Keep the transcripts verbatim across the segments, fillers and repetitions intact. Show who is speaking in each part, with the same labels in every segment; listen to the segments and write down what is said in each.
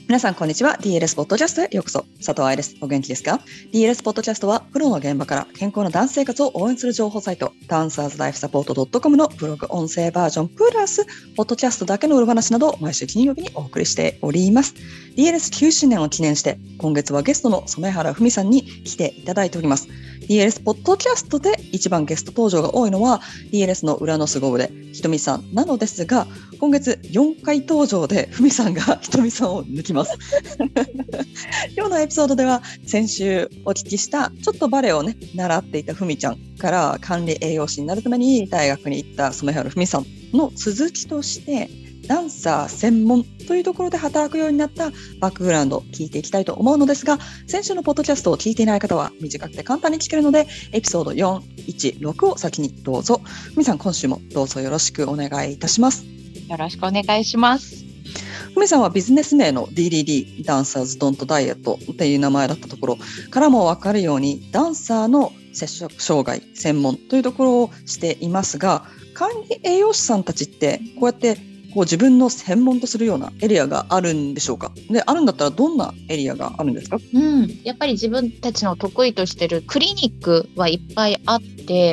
Speaker 1: 皆さんこんにちは。 ディーエルエス ポッドキャストへようこそ。佐藤愛です。お元気ですか？ ディーエルエス ポッドキャストはプロの現場から健康なダンス生活を応援する情報サイトダンサーズライフサポート .com のブログ音声バージョンプラスポッドキャストだけの裏話などを毎週金曜日にお送りしております。 ディーエルエスきゅうしゅうねんを記念して今月はゲストの染原文さんに来ていただいております。 ディーエルエス ポッドキャストで一番ゲスト登場が多いのは ディーエルエス の裏の凄腕ひとみさんなのですが、今月よんかい登場でふみさんがひとみさんを抜きます今日のエピソードでは先週お聞きしたちょっとバレエをね習っていたふみちゃんから管理栄養士になるために大学に行った染原ふみさんの続きとしてダンサー専門というところで働くようになったバックグラウンドを聞いていきたいと思うのですが、先週のポッドキャストを聞いていない方は短くて簡単に聞けるのでエピソードよんいちろくを先にどうぞ。ふみさん、今週もどうぞよろしくお願いいたします。
Speaker 2: よろしくお願いします。
Speaker 1: ふみさんはビジネス名の ディーディーディー ダンサーズドントダイエットっていう名前だったところからも分かるようにダンサーの摂食障害専門というところをしていますが、管理栄養士さんたちってこうやってこう自分の専門とするようなエリアがあるんでしょうか？で、あるんだったらどんなエリアがあるんですか？
Speaker 2: うん、やっぱり自分たちの得意としてるクリニックはいっぱいあって、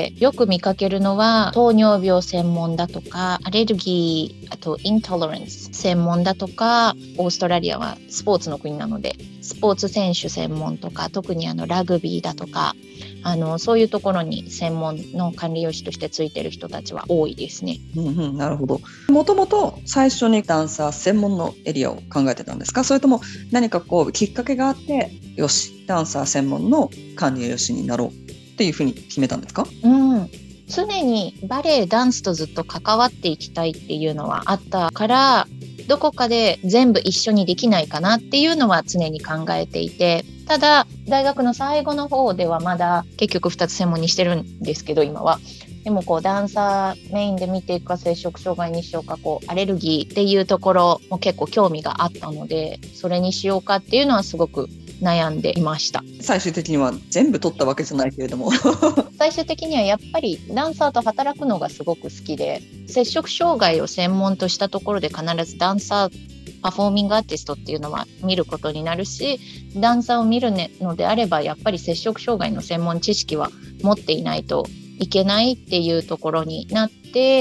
Speaker 2: よく見かけるのは糖尿病専門だとかアレルギー、あとイントレランス専門だとか、オーストラリアはスポーツの国なのでスポーツ選手専門とか、特にあのラグビーだとか、あのそういうところに専門の管理栄養士としてついてる人たちは多いですね。
Speaker 1: うんうん、なるほど。もともと最初にダンサー専門のエリアを考えてたんですか？それとも何かこうきっかけがあってよしダンサー専門の管理栄養士になろうっていうふうに決めたんですか？
Speaker 2: うん、常にバレエダンスとずっと関わっていきたいっていうのはあったから、どこかで全部一緒にできないかなっていうのは常に考えていて、ただ大学の最後の方ではまだ結局ふたつ専門にしてるんですけど、今はでもこうダンサーメインで見ていくか摂食障害にしようか、こうアレルギーっていうところも結構興味があったので、それにしようかっていうのはすごく悩んでいました。
Speaker 1: 最終的には全部取ったわけじゃないけれども
Speaker 2: 最終的にはやっぱりダンサーと働くのがすごく好きで、摂食障害を専門としたところで必ずダンサーパフォーミングアーティストっていうのは見ることになるし、ダンサーを見るのであればやっぱり摂食障害の専門知識は持っていないといけないっていうところになって、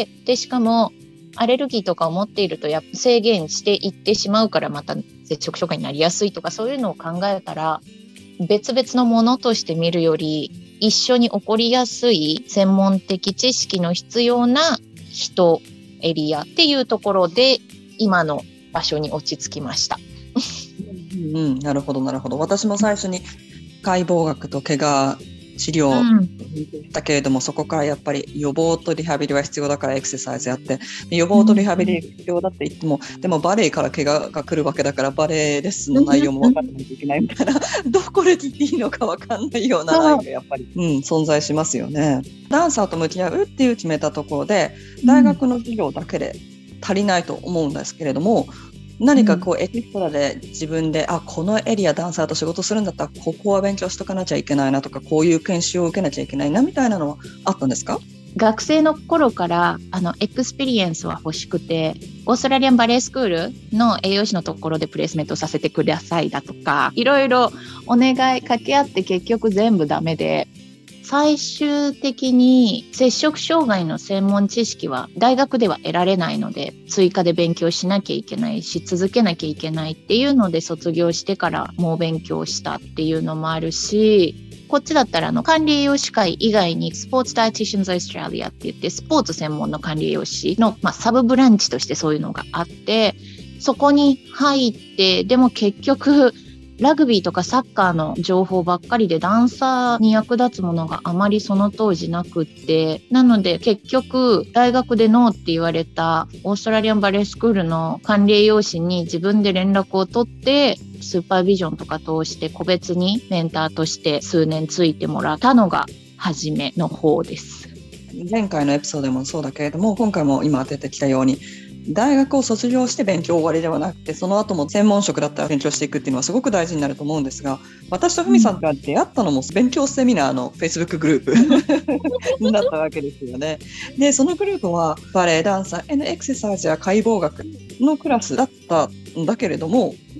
Speaker 2: でしかもアレルギーとかを持っているとやっぱ制限していってしまうから、また摂食障害になりやすいとか、そういうのを考えたら別々のものとして見るより一緒に起こりやすい専門的知識の必要な人エリアっていうところで今の場所に落ち着きました
Speaker 1: うん、なるほどなるほど。私も最初に解剖学と怪我治療だけれども、うん、そこからやっぱり予防とリハビリは必要だからエクササイズやって、予防とリハビリ必要だって言っても、うん、でもバレエから怪我が来るわけだからバレエレッスンの内容も分かんないといけないみたいなどこで聞いていいのか分かんないようなラインがやっぱり、うん、存在しますよね。ダンサーと向き合うっていう決めたところで大学の授業だけで足りないと思うんですけれども、何かこうエキストラで自分で、あ、このエリアダンサーと仕事するんだったらここは勉強しとかなきゃいけないなとか、こういう研修を受けなきゃいけないなみたいなのはあったんですか？
Speaker 2: 学生の頃からあのエクスペリエンスは欲しくて、オーストラリアンバレエスクールの栄養士のところでプレイスメントさせてくださいだとか、いろいろお願い掛け合って結局全部ダメで、最終的に摂食障害の専門知識は大学では得られないので、追加で勉強しなきゃいけないし続けなきゃいけないっていうので卒業してからもう勉強したっていうのもあるし、こっちだったらあの管理栄養士会以外にスポーツダイエティシャンズオーストラリアって言ってスポーツ専門の管理栄養士の、まあ、サブブランチとしてそういうのがあって、そこに入って、でも結局ラグビーとかサッカーの情報ばっかりでダンサーに役立つものがあまりその当時なくって、なので結局大学でノーって言われたオーストラリアンバレエスクールの管理栄養士に自分で連絡を取ってスーパービジョンとか通して個別にメンターとして数年ついてもらったのが初めの方です。
Speaker 1: 前回のエピソードでもそうだけれども、今回も今出てきたように大学を卒業して勉強終わりではなくて、その後も専門職だったら勉強していくっていうのはすごく大事になると思うんですが、私とふみさんが出会ったのも勉強セミナーの Facebook グループになったわけですよね。でそのグループはバレエダンサーへのエクササイズや解剖学のクラスだったんだけれども、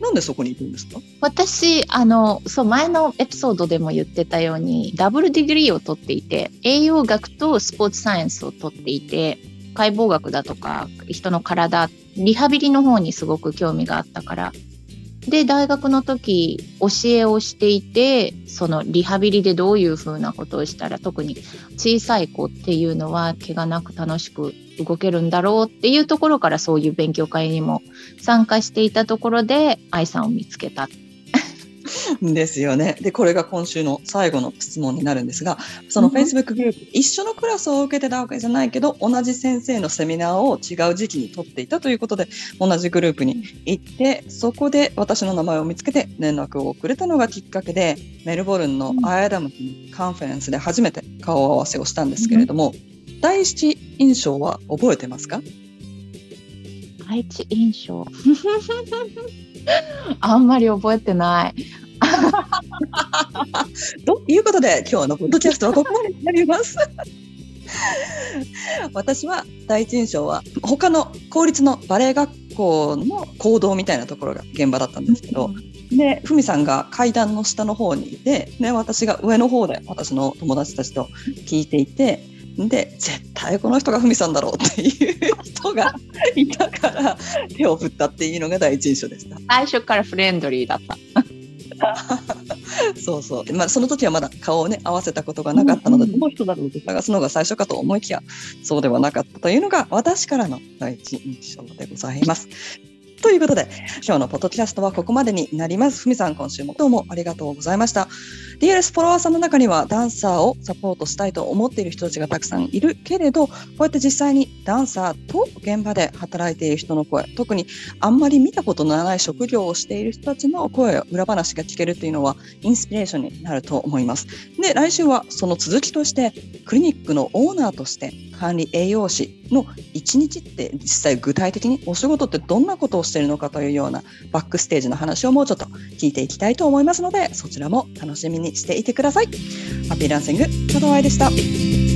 Speaker 1: なんでそこに行くんですか？
Speaker 2: 私あのそう前のエピソードでも言ってたようにダブルディグリーを取っていて、栄養学とスポーツサイエンスを取っていて、解剖学だとか人の体リハビリの方にすごく興味があったから。で大学の時教えをしていて、そのリハビリでどういうふうなことをしたら特に小さい子っていうのは怪我なく楽しく動けるんだろうっていうところから、そういう勉強会にも参加していたところで愛さんを見つけた
Speaker 1: ですよね。でこれが今週の最後の質問になるんですが、その Facebook グループ、うん、一緒のクラスを受けてたわけじゃないけど同じ先生のセミナーを違う時期に取っていたということで、同じグループに行って、そこで私の名前を見つけて連絡をくれたのがきっかけで、メルボルンのアイアダムのカンファレンスで初めて顔合わせをしたんですけれども、うん、第一印象は覚えてますか？
Speaker 2: 第一印象あんまり覚えてない
Speaker 1: ということで今日のポッドキャストはここまでになります私は第一印象は他の公立のバレエ学校の講堂みたいなところが現場だったんですけど、うん、でふみさんが階段の下の方にいて、ね、私が上の方で私の友達たちと聞いていて、で絶対この人がふみさんだろうっていう人がいたから手を振ったっていうのが第一印象でした。
Speaker 2: 最初からフレンドリーだった
Speaker 1: そうそう、まあ、その時はまだ顔をね合わせたことがなかったので、うんうん、どの人だろうと探すのが最初かと思いきやそうではなかったというのが私からの第一印象でございます。ということで今日のポッドキャストはここまでになります。ふみさん、今週もどうもありがとうございました。 ディーエルエス フォロワーさんの中にはダンサーをサポートしたいと思っている人たちがたくさんいるけれど、こうやって実際にダンサーと現場で働いている人の声、特にあんまり見たことのない職業をしている人たちの声や裏話が聞けるというのはインスピレーションになると思います。で来週はその続きとしてクリニックのオーナーとして管理栄養士の一日って実際具体的にお仕事ってどんなことをしているのかというようなバックステージの話をもうちょっと聞いていきたいと思いますので、そちらも楽しみにしていてください。ハッピーランシング、佐藤愛でした。